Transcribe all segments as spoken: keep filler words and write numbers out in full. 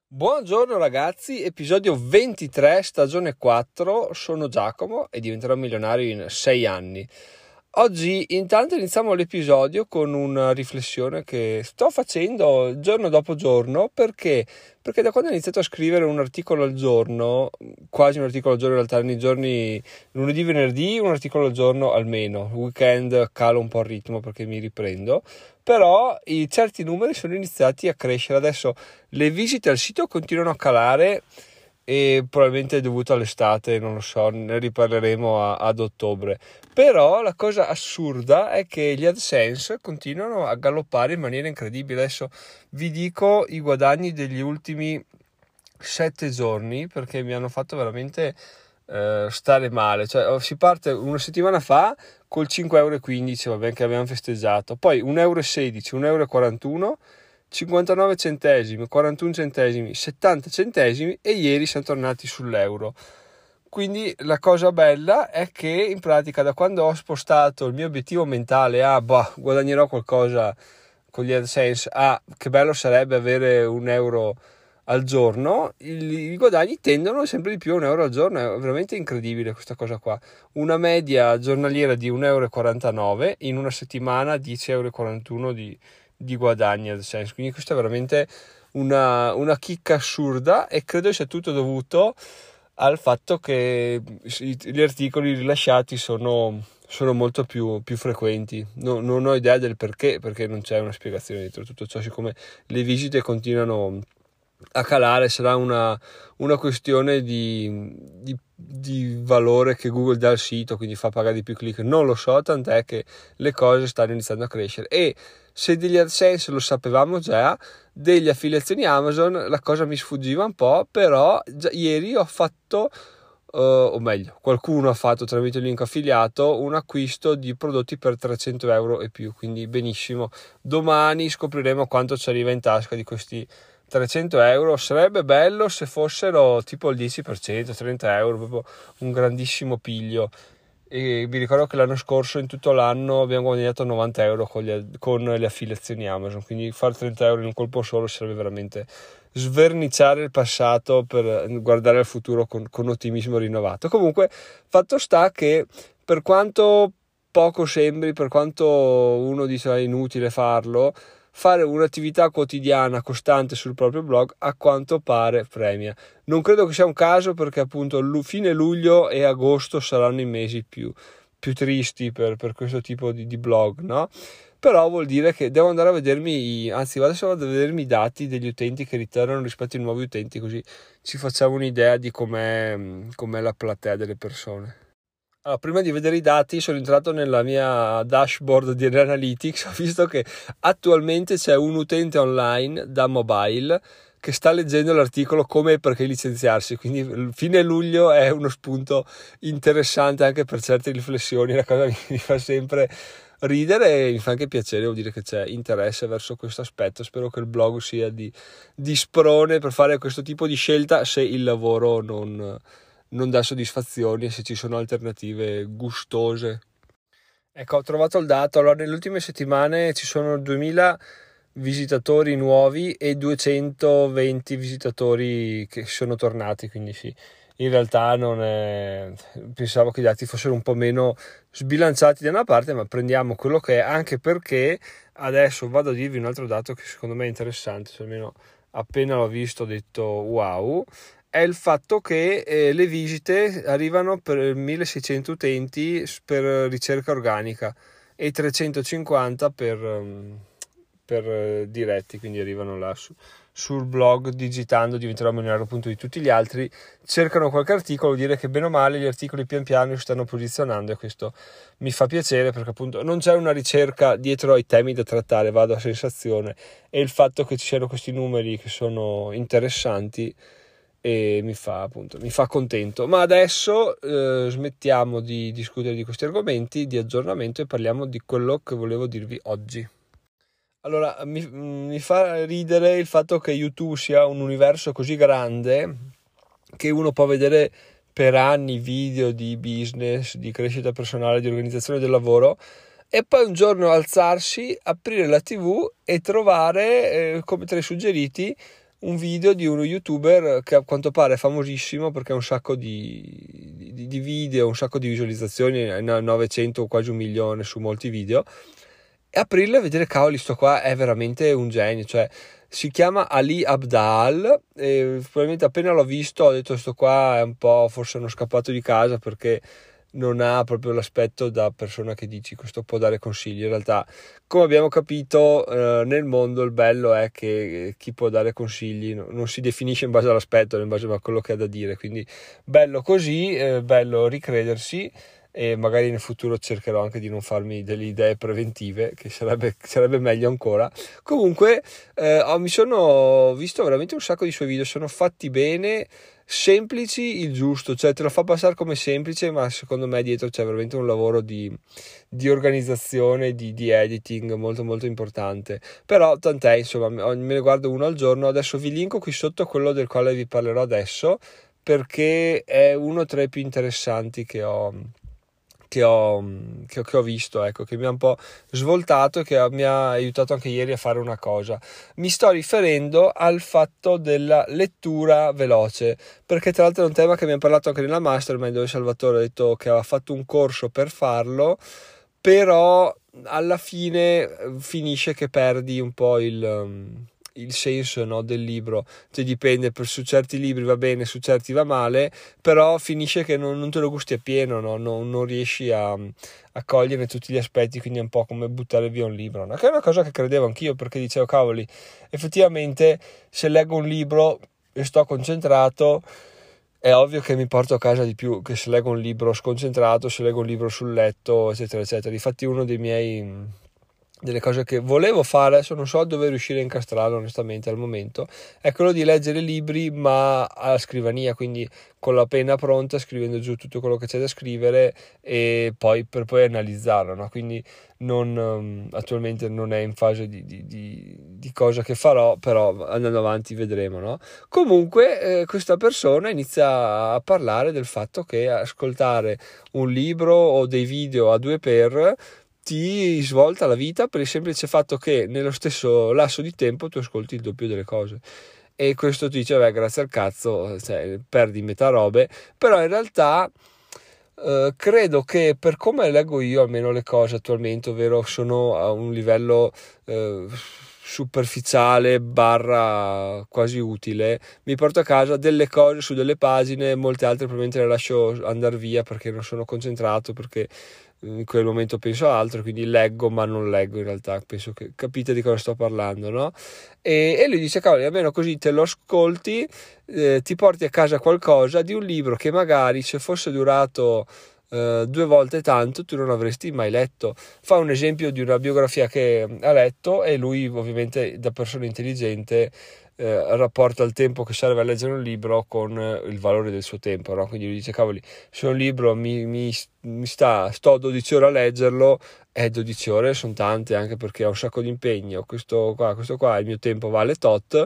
Buongiorno ragazzi, episodio ventitré, stagione quattro, sono Giacomo e diventerò milionario in sei anni. Oggi intanto iniziamo l'episodio con una riflessione che sto facendo giorno dopo giorno perché, perché da quando ho iniziato a scrivere un articolo al giorno, quasi un articolo al giorno in realtà, nei giorni lunedì, venerdì, un articolo al giorno almeno, weekend calo un po' il ritmo perché mi riprendo, però i certi numeri sono iniziati a crescere. Adesso le visite al sito continuano a calare e probabilmente è dovuto all'estate, non lo so, ne riparleremo a, ad ottobre. Però la cosa assurda è che gli AdSense continuano a galoppare in maniera incredibile. Adesso vi dico i guadagni degli ultimi sette giorni perché mi hanno fatto veramente eh, stare male. Cioè, si parte una settimana fa col cinque virgola quindici euro, vabbè, che abbiamo festeggiato, poi uno virgola sedici euro, uno virgola quarantuno euro, cinquantanove centesimi, quarantuno centesimi, settanta centesimi e ieri siamo tornati sull'euro. Quindi la cosa bella è che in pratica da quando ho spostato il mio obiettivo mentale a bah, guadagnerò qualcosa con gli AdSense a che bello sarebbe avere un euro al giorno, i, i guadagni tendono sempre di più a un euro al giorno. È veramente incredibile questa cosa qua. Una media giornaliera di uno virgola quarantanove euro, in una settimana dieci virgola quarantuno euro di di guadagni AdSense. Quindi questa è veramente una, una chicca assurda e credo sia tutto dovuto al fatto che gli articoli rilasciati sono, sono molto più, più frequenti. No, non ho idea del perché, perché non c'è una spiegazione dietro tutto ciò, siccome le visite continuano a calare. Sarà una, una questione di, di, di valore che Google dà al sito, quindi fa pagare di più click, non lo so, tant'è che le cose stanno iniziando a crescere. E se degli AdSense lo sapevamo già, degli affiliazioni Amazon la cosa mi sfuggiva un po', però già ieri ho fatto Uh, o meglio, qualcuno ha fatto tramite il link affiliato un acquisto di prodotti per trecento euro e più, quindi benissimo. Domani scopriremo quanto ci arriva in tasca di questi trecento euro. Sarebbe bello se fossero tipo il dieci per cento, trenta euro, proprio un grandissimo piglio. E vi ricordo che l'anno scorso in tutto l'anno abbiamo guadagnato novanta euro con, gli, con le affiliazioni Amazon, quindi fare trenta euro in un colpo solo sarebbe veramente sverniciare il passato per guardare al futuro con, con ottimismo rinnovato. Comunque, fatto sta che per quanto poco sembri, per quanto uno dice è inutile farlo, fare un'attività quotidiana costante sul proprio blog a quanto pare premia. Non credo che sia un caso, perché appunto fine luglio e agosto saranno i mesi più, più tristi per, per questo tipo di, di blog, no? Però vuol dire che devo andare a vedermi, anzi adesso vado a vedermi i dati degli utenti che ritornano rispetto ai nuovi utenti, così ci facciamo un'idea di com'è, com'è la platea delle persone. Allora, prima di vedere i dati sono entrato nella mia dashboard di Analytics, ho visto che attualmente c'è un utente online da mobile che sta leggendo l'articolo come e perché licenziarsi, quindi fine luglio è uno spunto interessante anche per certe riflessioni. La cosa mi fa sempre ridere e mi fa anche piacere, vuol dire che c'è interesse verso questo aspetto. Spero che il blog sia di, di sprone per fare questo tipo di scelta se il lavoro non, non dà soddisfazioni e se ci sono alternative gustose. Ecco, ho trovato il dato. Allora, nelle ultime settimane ci sono duemila visitatori nuovi e duecentoventi visitatori che sono tornati, quindi sì, in realtà non è... pensavo che i dati fossero un po' meno sbilanciati da una parte, ma prendiamo quello che è, anche perché adesso vado a dirvi un altro dato che secondo me è interessante, cioè almeno appena l'ho visto ho detto wow, è il fatto che eh, le visite arrivano per milleseicento utenti per ricerca organica e trecentocinquanta per... Um, per diretti, quindi arrivano là su, sul blog digitando diventerò milionario punto it. Tutti gli altri cercano qualche articolo, dire che bene o male gli articoli pian piano si stanno posizionando, e questo mi fa piacere perché appunto non c'è una ricerca dietro ai temi da trattare, vado a sensazione, e il fatto che ci siano questi numeri che sono interessanti e mi fa appunto mi fa contento. Ma adesso eh, smettiamo di discutere di questi argomenti di aggiornamento e parliamo di quello che volevo dirvi oggi. Allora, mi, mi fa ridere il fatto che YouTube sia un universo così grande che uno può vedere per anni video di business, di crescita personale, di organizzazione del lavoro, e poi un giorno alzarsi, aprire la tivù e trovare, eh, come tra i suggeriti, un video di uno youtuber che a quanto pare è famosissimo perché ha un sacco di, di, di video, un sacco di visualizzazioni, novecento, quasi un milione su molti video, e aprirlo e vedere, cavoli, sto qua è veramente un genio, cioè si chiama Ali Abdaal, e probabilmente appena l'ho visto ho detto sto qua è un po' forse uno scappato di casa, perché non ha proprio l'aspetto da persona che dici questo può dare consigli. In realtà, come abbiamo capito, eh, nel mondo il bello è che chi può dare consigli no, non si definisce in base all'aspetto, ma in base a quello che ha da dire, quindi bello così, eh, bello ricredersi, e magari nel futuro cercherò anche di non farmi delle idee preventive, che sarebbe, sarebbe meglio ancora. Comunque eh, oh, mi sono visto veramente un sacco di suoi video, sono fatti bene, semplici il giusto, cioè te lo fa passare come semplice, ma secondo me dietro c'è veramente un lavoro di, di organizzazione, di, di editing molto molto importante. Però tant'è, insomma, me ne guardo uno al giorno. Adesso vi linko qui sotto quello del quale vi parlerò adesso, perché è uno tra i più interessanti che ho Che ho, che, ho, che ho visto, ecco, che mi ha un po' svoltato e che mi ha aiutato anche ieri a fare una cosa. Mi sto riferendo al fatto della lettura veloce, perché tra l'altro è un tema che mi ha parlato anche nella Mastermind, dove Salvatore ha detto che aveva fatto un corso per farlo, però alla fine finisce che perdi un po' il... il senso, no, del libro, cioè dipende, per, su certi libri va bene, su certi va male, però finisce che non, non te lo gusti appieno, no? non, non riesci a, a cogliere tutti gli aspetti, quindi è un po' come buttare via un libro, no? Che è una cosa che credevo anch'io, perché dicevo, cavoli, effettivamente se leggo un libro e sto concentrato è ovvio che mi porto a casa di più che se leggo un libro sconcentrato, se leggo un libro sul letto, eccetera eccetera. Difatti uno dei miei delle cose che volevo fare, adesso non so dove riuscire a incastrarlo onestamente al momento, è quello di leggere libri ma alla scrivania, quindi con la penna pronta, scrivendo giù tutto quello che c'è da scrivere e poi per poi analizzarlo, no? Quindi non, um, attualmente non è in fase di, di, di, di cosa che farò, però andando avanti vedremo, no? Comunque eh, questa persona inizia a parlare del fatto che ascoltare un libro o dei video a due per ti svolta la vita, per il semplice fatto che nello stesso lasso di tempo tu ascolti il doppio delle cose, e questo ti dice beh, grazie al cazzo, cioè, perdi metà robe, però in realtà eh, credo che per come leggo io almeno le cose attualmente, ovvero sono a un livello eh, superficiale barra quasi utile, mi porto a casa delle cose su delle pagine, molte altre probabilmente le lascio andare via perché non sono concentrato, perché in quel momento penso a altro, quindi leggo ma non leggo in realtà, penso che capite di cosa sto parlando, no? E, e lui dice cavoli, almeno così te lo ascolti, eh, ti porti a casa qualcosa di un libro che magari se fosse durato Uh, due volte tanto tu non avresti mai letto. Fa un esempio di una biografia che ha letto, e lui ovviamente da persona intelligente eh, rapporta il tempo che serve a leggere un libro con eh, il valore del suo tempo, no? Quindi lui dice cavoli, se un libro mi, mi, mi sta sto dodici ore a leggerlo, eh, dodici ore sono tante, anche perché ho un sacco di impegno, questo qua, questo qua il mio tempo vale tot,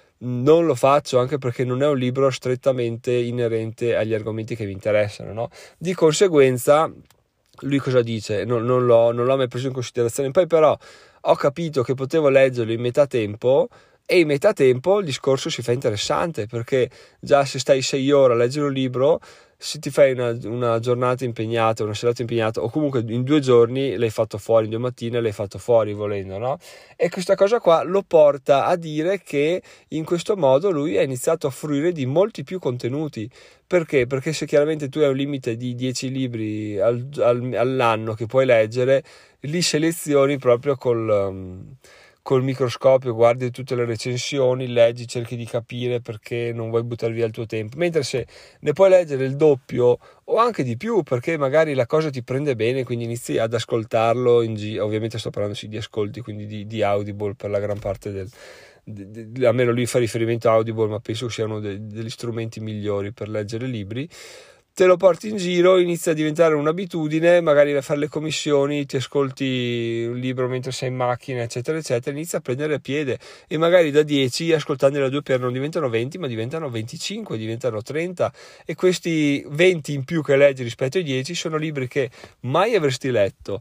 non lo faccio, anche perché non è un libro strettamente inerente agli argomenti che mi interessano, no? Di conseguenza lui cosa dice? Non, non, l'ho, non l'ho mai preso in considerazione. Poi però ho capito che potevo leggerlo in metà tempo, e in metà tempo il discorso si fa interessante, perché già se stai sei ore a leggere un libro, se ti fai una, una giornata impegnata, una serata impegnata, o comunque in due giorni l'hai fatto fuori, in due mattine l'hai fatto fuori volendo, no? E questa cosa qua lo porta a dire che in questo modo lui ha iniziato a fruire di molti più contenuti. Perché? Perché se chiaramente tu hai un limite di dieci libri al, al, all'anno che puoi leggere, li selezioni proprio col... Um, col microscopio, guardi tutte le recensioni, leggi, cerchi di capire perché non vuoi buttare via il tuo tempo, mentre se ne puoi leggere il doppio o anche di più, perché magari la cosa ti prende bene, quindi inizi ad ascoltarlo in giro. Ovviamente sto parlando sì, di ascolti, quindi di, di Audible per la gran parte del, de, de, almeno lui fa riferimento a Audible, ma penso che sia uno de, degli strumenti migliori per leggere libri. Te lo porti in giro, inizia a diventare un'abitudine, magari a fare le commissioni, ti ascolti un libro mentre sei in macchina, eccetera eccetera, inizia a prendere piede, e magari da dieci, ascoltandoli a due per, non diventano venti, ma diventano venticinque, diventano trenta, e questi venti in più che leggi rispetto ai dieci sono libri che mai avresti letto,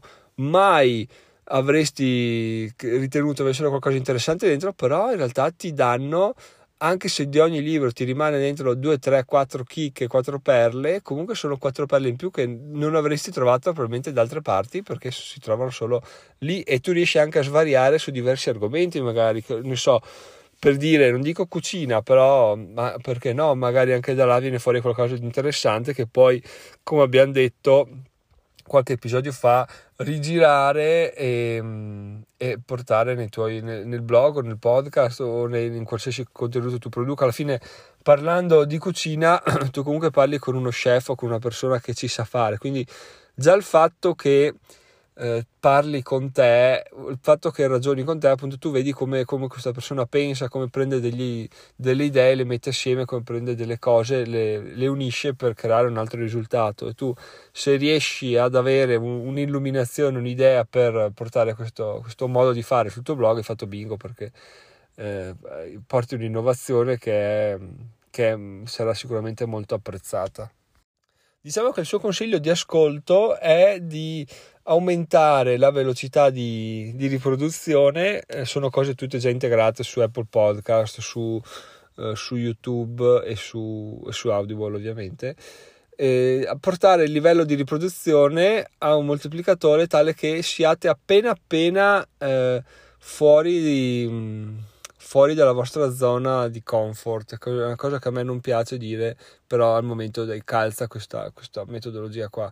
mai avresti ritenuto avessero qualcosa di interessante dentro, però in realtà ti danno anche se di ogni libro ti rimane dentro due, tre, quattro chicche, quattro perle, comunque sono quattro perle in più che non avresti trovato probabilmente da altre parti, perché si trovano solo lì, e tu riesci anche a svariare su diversi argomenti, magari, ne so, per dire, non dico cucina, però ma perché no, magari anche da là viene fuori qualcosa di interessante che poi, come abbiamo detto qualche episodio fa, rigirare e, e portare nei tuoi, nel, nel blog o nel podcast o nei, in qualsiasi contenuto tu produca. Alla fine, parlando di cucina, tu comunque parli con uno chef o con una persona che ci sa fare, quindi già il fatto che eh, parli con te, il fatto che ragioni con te, appunto tu vedi come, come questa persona pensa, come prende degli, delle idee, le mette assieme, come prende delle cose, le, le unisce per creare un altro risultato. E tu, se riesci ad avere un, un'illuminazione, un'idea per portare questo, questo modo di fare sul tuo blog, hai fatto bingo, perché eh, porti un'innovazione che, è, che sarà sicuramente molto apprezzata. Diciamo che il suo consiglio di ascolto è di aumentare la velocità di, di riproduzione, eh, sono cose tutte già integrate su Apple Podcast, su, eh, su YouTube e su, e su Audible ovviamente, eh, a portare il livello di riproduzione a un moltiplicatore tale che siate appena appena eh, fuori di... fuori dalla vostra zona di comfort, è una cosa che a me non piace dire, però al momento dei calza questa, questa metodologia qua.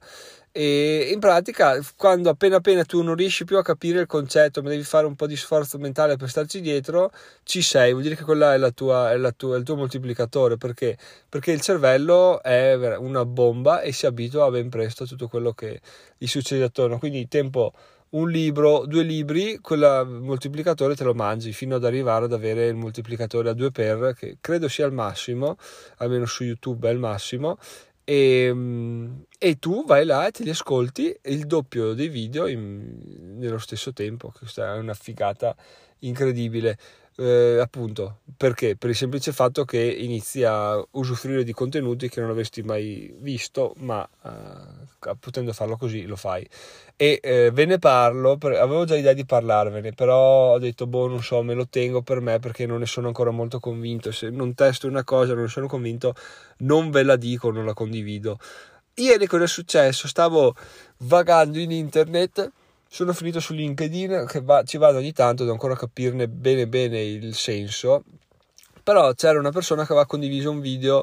E in pratica, quando appena appena tu non riesci più a capire il concetto, ma devi fare un po' di sforzo mentale per starci dietro, ci sei, vuol dire che quella è la tua, è la tua, è il tuo moltiplicatore. Perché? Perché il cervello è una bomba e si abitua ben presto a tutto quello che gli succede attorno, quindi tempo un libro, due libri, quel moltiplicatore te lo mangi fino ad arrivare ad avere il moltiplicatore a due per, che credo sia il massimo, almeno su YouTube è il massimo, e, e tu vai là e te li ascolti il doppio dei video in, nello stesso tempo. Questa è una figata incredibile. Eh, appunto, perché? Per il semplice fatto che inizi a usufruire di contenuti che non avresti mai visto, ma eh, potendo farlo così lo fai. E eh, ve ne parlo, per, avevo già idea di parlarvene, però ho detto boh, non so, me lo tengo per me perché non ne sono ancora molto convinto. Se non testo una cosa, non ne sono convinto, non ve la dico, non la condivido. Ieri cosa è successo? Stavo vagando in internet, sono finito su LinkedIn, che va, ci vado ogni tanto, devo ancora capirne bene bene il senso, però c'era una persona che aveva condiviso un video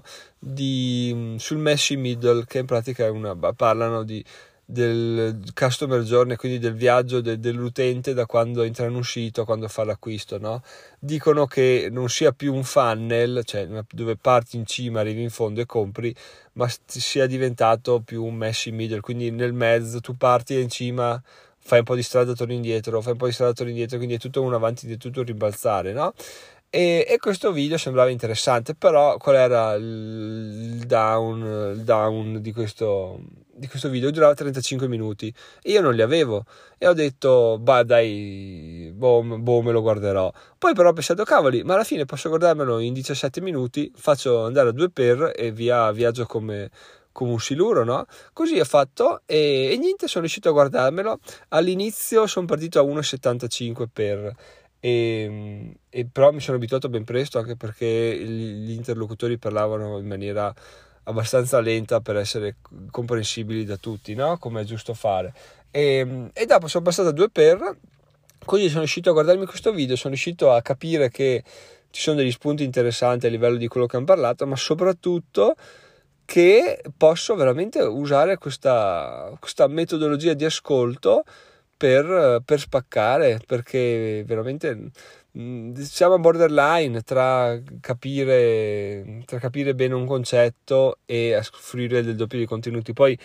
di, sul Messy Middle, che in pratica è una, parlano di, del customer journey, quindi del viaggio de, dell'utente da quando entra in un sito a quando fa l'acquisto, no? Dicono che non sia più un funnel, cioè dove parti in cima, arrivi in fondo e compri, ma sia diventato più un Messy Middle, quindi nel mezzo tu parti in cima, fai un po' di strada, torni indietro, fai un po' di strada, torni indietro, quindi è tutto un avanti e tutto un rimbalzare, no? E, e questo video sembrava interessante, però qual era il down, il down di questo, di questo video? Durava trentacinque minuti e io non li avevo e ho detto, bah dai, boh, boh me lo guarderò. Poi però ho pensato, cavoli, ma alla fine posso guardarmelo in diciassette minuti, faccio andare a due per e via, viaggio come... come un siluro, no? Così ho fatto e, e niente, sono riuscito a guardarmelo. All'inizio sono partito a uno virgola settantacinque per, e, e però mi sono abituato ben presto, anche perché gli interlocutori parlavano in maniera abbastanza lenta per essere comprensibili da tutti, no? Come è giusto fare. E, e dopo sono passato a due per, così sono riuscito a guardarmi questo video, sono riuscito a capire che ci sono degli spunti interessanti a livello di quello che hanno parlato, ma soprattutto che posso veramente usare questa, questa metodologia di ascolto per, per spaccare, perché veramente siamo a borderline tra capire, tra capire bene un concetto e a offrire del doppio di contenuti. Poi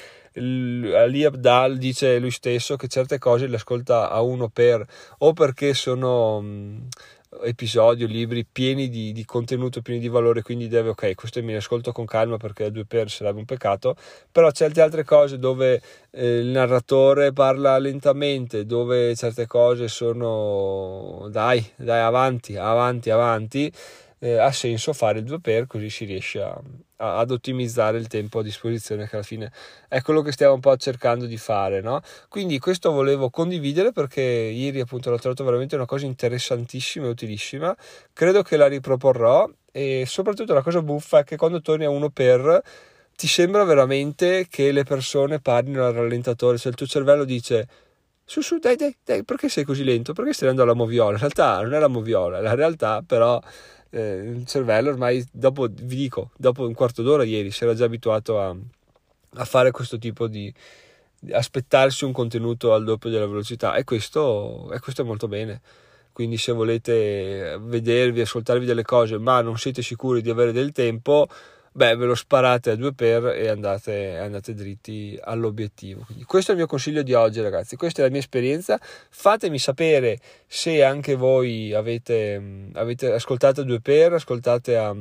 Ali Abdaal dice lui stesso che certe cose le ascolta a uno per, o perché sono episodi o libri pieni di, di contenuto, pieni di valore, quindi deve, ok, questo mi ascolto con calma perché a due per sarebbe un peccato, però certe altre cose dove eh, il narratore parla lentamente, dove certe cose sono dai, dai avanti, avanti, avanti, eh, ha senso fare il due per, così si riesce a, a, ad ottimizzare il tempo a disposizione, che alla fine è quello che stiamo un po' cercando di fare, no? Quindi questo volevo condividere perché ieri appunto l'ho trovato veramente una cosa interessantissima e utilissima. Credo che la riproporrò, e soprattutto la cosa buffa è che quando torni a uno per ti sembra veramente che le persone parlino al rallentatore, cioè il tuo cervello dice su su dai dai dai, perché sei così lento, perché stai andando alla moviola? In realtà non è la moviola, è la realtà, però eh, il cervello ormai dopo, vi dico, dopo un quarto d'ora ieri si era già abituato a, a fare questo tipo di, di aspettarsi un contenuto al doppio della velocità, e questo, e questo è molto bene. Quindi se volete vedervi, ascoltarvi delle cose ma non siete sicuri di avere del tempo, beh, ve lo sparate a due per e andate, andate dritti all'obiettivo. Quindi questo è il mio consiglio di oggi, ragazzi, questa è la mia esperienza. Fatemi sapere se anche voi avete, avete ascoltato a due per, ascoltate a,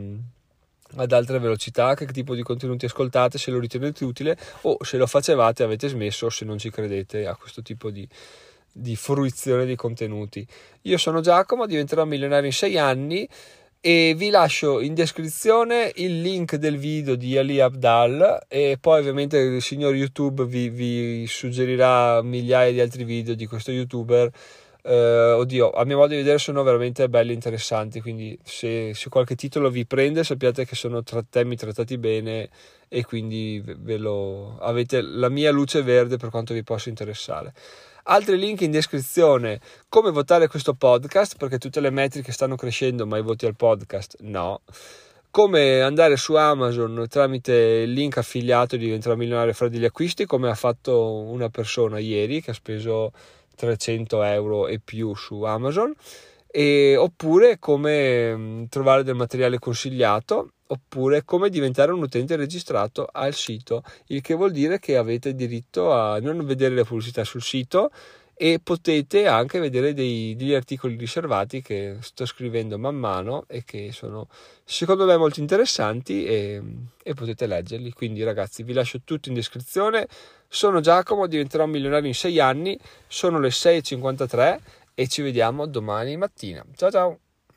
ad altre velocità, che tipo di contenuti ascoltate, se lo ritenete utile, o se lo facevate avete smesso, o se non ci credete a questo tipo di di fruizione di contenuti. Io sono Giacomo, diventerò milionario in sei anni, e vi lascio in descrizione il link del video di Ali Abdaal, e poi ovviamente il signor YouTube vi, vi suggerirà migliaia di altri video di questo youtuber. Eh, oddio, a mio modo di vedere sono veramente belli e interessanti, quindi se, se qualche titolo vi prende sappiate che sono tra temi trattati bene, e quindi ve lo avete la mia luce verde per quanto vi possa interessare. Altri link in descrizione: come votare questo podcast, perché tutte le metriche stanno crescendo ma i voti al podcast no; come andare su Amazon tramite il link affiliato e diventare milionario fra degli acquisti, come ha fatto una persona ieri che ha speso trecento euro e più su Amazon, e, oppure come mh, trovare del materiale consigliato, oppure come diventare un utente registrato al sito, il che vuol dire che avete diritto a non vedere le pubblicità sul sito, e potete anche vedere dei, degli articoli riservati che sto scrivendo man mano e che sono secondo me molto interessanti, e, e potete leggerli. Quindi ragazzi, vi lascio tutto in descrizione. Sono Giacomo, diventerò un milionario in sei anni, sono le sei e cinquantatré e ci vediamo domani mattina. Ciao ciao!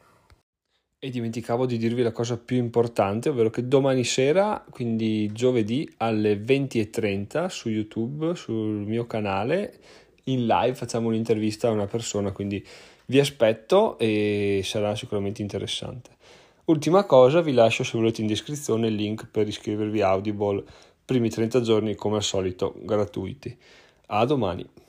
E dimenticavo di dirvi la cosa più importante, ovvero che domani sera, quindi giovedì alle venti e trenta su YouTube, sul mio canale, in live facciamo un'intervista a una persona, quindi vi aspetto e sarà sicuramente interessante. Ultima cosa, vi lascio, se volete, in descrizione il link per iscrivervi a Audible, primi trenta giorni come al solito gratuiti. A domani!